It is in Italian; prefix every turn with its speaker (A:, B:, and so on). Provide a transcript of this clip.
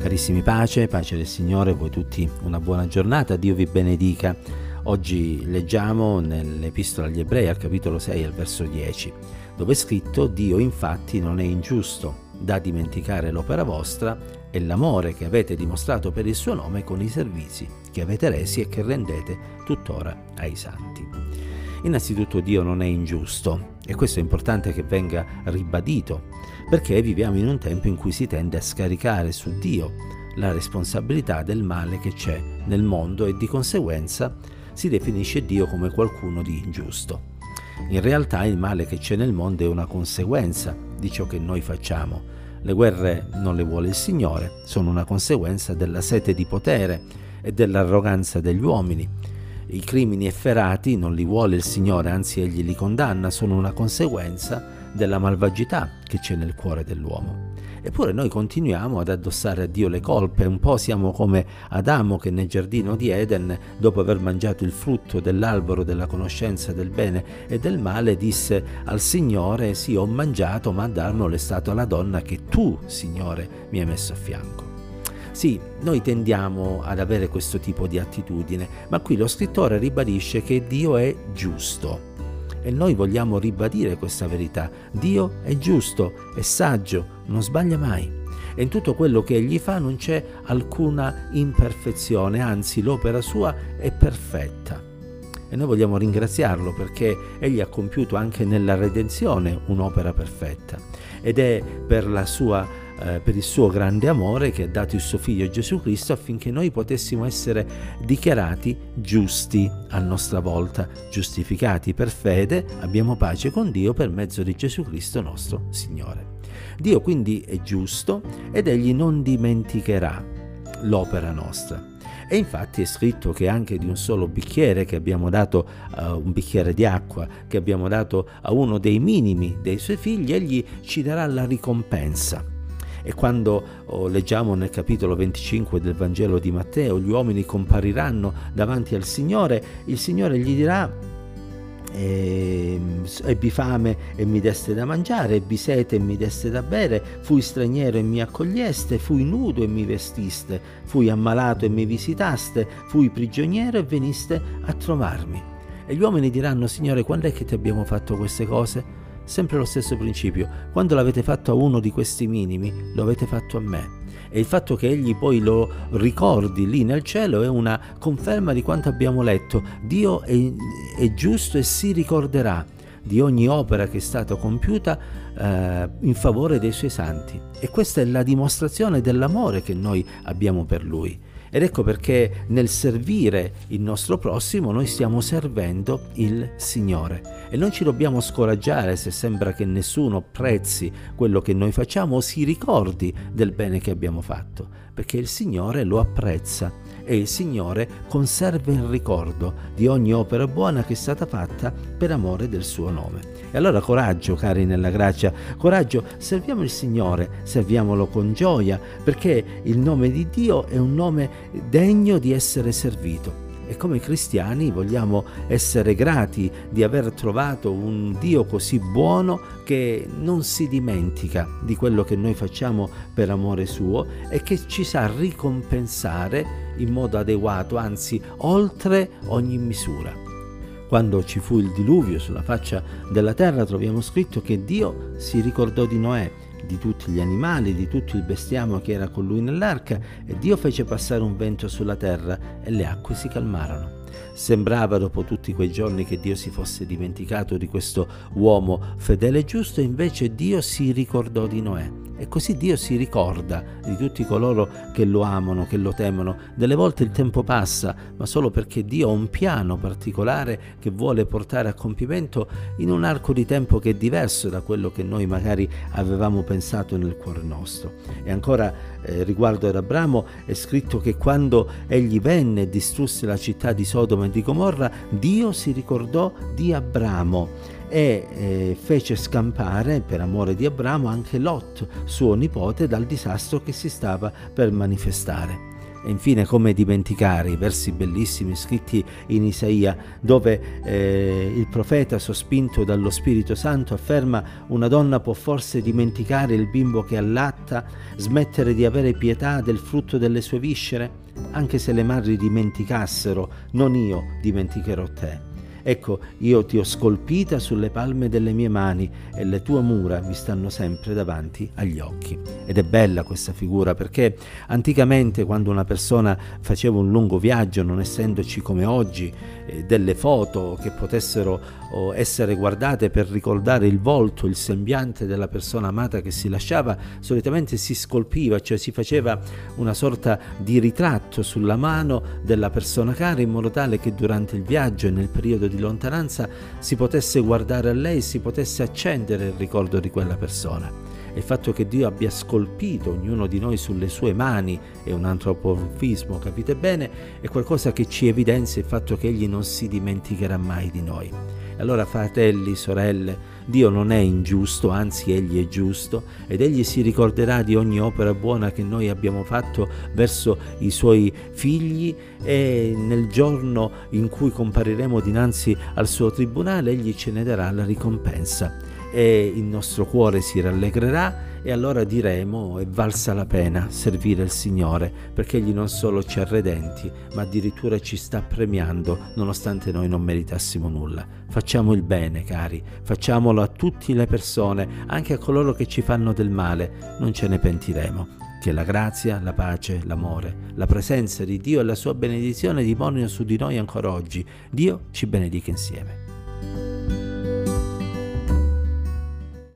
A: Carissimi, pace del Signore, voi tutti una buona giornata, Dio vi benedica. Oggi leggiamo nell'Epistola agli Ebrei al capitolo 6 al verso 10, dove è scritto: Dio infatti non è ingiusto da dimenticare l'opera vostra e l'amore che avete dimostrato per il suo nome con i servizi che avete resi e che rendete tuttora ai santi. Innanzitutto Dio non è ingiusto, e questo è importante che venga ribadito, perché viviamo in un tempo in cui si tende a scaricare su Dio la responsabilità del male che c'è nel mondo e di conseguenza si definisce Dio come qualcuno di ingiusto. In realtà il male che c'è nel mondo è una conseguenza di ciò che noi facciamo. Le guerre non le vuole il Signore, sono una conseguenza della sete di potere e dell'arroganza degli uomini. I crimini efferati non li vuole il Signore, anzi Egli li condanna, sono una conseguenza della malvagità che c'è nel cuore dell'uomo. Eppure noi continuiamo ad addossare a Dio le colpe, un po' siamo come Adamo che nel giardino di Eden, dopo aver mangiato il frutto dell'albero della conoscenza del bene e del male, disse al Signore: sì, ho mangiato, ma a darmelo è stata la donna che tu, Signore, mi hai messo a fianco. Sì, noi tendiamo ad avere questo tipo di attitudine, ma qui lo scrittore ribadisce che Dio è giusto. E noi vogliamo ribadire questa verità. Dio è giusto, è saggio, non sbaglia mai. E in tutto quello che Egli fa non c'è alcuna imperfezione, anzi l'opera sua è perfetta. E noi vogliamo ringraziarlo perché Egli ha compiuto anche nella redenzione un'opera perfetta. Ed è per il suo grande amore che ha dato il suo Figlio Gesù Cristo affinché noi potessimo essere dichiarati giusti a nostra volta, giustificati per fede, abbiamo pace con Dio per mezzo di Gesù Cristo nostro Signore. Dio quindi è giusto ed Egli non dimenticherà l'opera nostra. E infatti è scritto che anche di un solo bicchiere che abbiamo dato, un bicchiere di acqua che abbiamo dato a uno dei minimi dei suoi figli, Egli ci darà la ricompensa. E quando leggiamo nel capitolo 25 del Vangelo di Matteo, gli uomini compariranno davanti al Signore, il Signore gli dirà: ebbi fame e mi deste da mangiare, ebbi sete e mi deste da bere, fui straniero e mi accoglieste, fui nudo e mi vestiste, fui ammalato e mi visitaste, fui prigioniero e veniste a trovarmi. E gli uomini diranno: Signore, quando è che ti abbiamo fatto queste cose? Sempre lo stesso principio: quando l'avete fatto a uno di questi minimi, lo avete fatto a me. E il fatto che Egli poi lo ricordi lì nel cielo è una conferma di quanto abbiamo letto. Dio è giusto e si ricorderà di ogni opera che è stata compiuta in favore dei suoi santi. E questa è la dimostrazione dell'amore che noi abbiamo per Lui. Ed ecco perché nel servire il nostro prossimo noi stiamo servendo il Signore. E non ci dobbiamo scoraggiare se sembra che nessuno apprezzi quello che noi facciamo o si ricordi del bene che abbiamo fatto, perché il Signore lo apprezza e il Signore conserva il ricordo di ogni opera buona che è stata fatta per amore del suo nome. E allora coraggio, cari nella grazia, coraggio, serviamo il Signore, serviamolo con gioia, perché il nome di Dio è un nome degno di essere servito. E come cristiani vogliamo essere grati di aver trovato un Dio così buono che non si dimentica di quello che noi facciamo per amore suo e che ci sa ricompensare in modo adeguato, anzi oltre ogni misura. Quando ci fu il diluvio sulla faccia della terra, troviamo scritto che Dio si ricordò di Noè, di tutti gli animali, di tutto il bestiame che era con lui nell'arca, e Dio fece passare un vento sulla terra e le acque si calmarono. Sembrava dopo tutti quei giorni che Dio si fosse dimenticato di questo uomo fedele e giusto, e invece Dio si ricordò di Noè. E così Dio si ricorda di tutti coloro che lo amano, che lo temono. Delle volte il tempo passa, ma solo perché Dio ha un piano particolare che vuole portare a compimento in un arco di tempo che è diverso da quello che noi magari avevamo pensato nel cuore nostro. E ancora riguardo ad Abramo è scritto che quando egli venne e distrusse la città di Sodoma e di Gomorra, Dio si ricordò di Abramo e fece scampare per amore di Abramo anche Lot, suo nipote, dal disastro che si stava per manifestare. E infine, come dimenticare i versi bellissimi scritti in Isaia, dove il profeta, sospinto dallo Spirito Santo, afferma: una donna può forse dimenticare il bimbo che allatta, smettere di avere pietà del frutto delle sue viscere? Anche se le madri dimenticassero, non io dimenticherò te. Ecco, io ti ho scolpita sulle palme delle mie mani e le tue mura mi stanno sempre davanti agli occhi. Ed è bella questa figura, perché anticamente, quando una persona faceva un lungo viaggio, non essendoci come oggi delle foto che potessero essere guardate per ricordare il volto, il sembiante della persona amata che si lasciava, solitamente si scolpiva, cioè si faceva una sorta di ritratto sulla mano della persona cara, in modo tale che durante il viaggio e nel periodo di lontananza si potesse guardare a lei, si potesse accendere il ricordo di quella persona. Il fatto che Dio abbia scolpito ognuno di noi sulle sue mani è un antropomorfismo, capite bene? È qualcosa che ci evidenzia il fatto che Egli non si dimenticherà mai di noi. Allora, fratelli, sorelle, Dio non è ingiusto, anzi Egli è giusto, ed Egli si ricorderà di ogni opera buona che noi abbiamo fatto verso i Suoi figli, e nel giorno in cui compariremo dinanzi al Suo tribunale Egli ce ne darà la ricompensa. E il nostro cuore si rallegrerà, e allora diremo: è valsa la pena servire il Signore, perché Egli non solo ci ha redenti, ma addirittura ci sta premiando, nonostante noi non meritassimo nulla. Facciamo il bene, cari, facciamolo a tutte le persone, anche a coloro che ci fanno del male, non ce ne pentiremo. Che la grazia, la pace, l'amore, la presenza di Dio e la sua benedizione dimorino su di noi ancora oggi. Dio ci benedica insieme.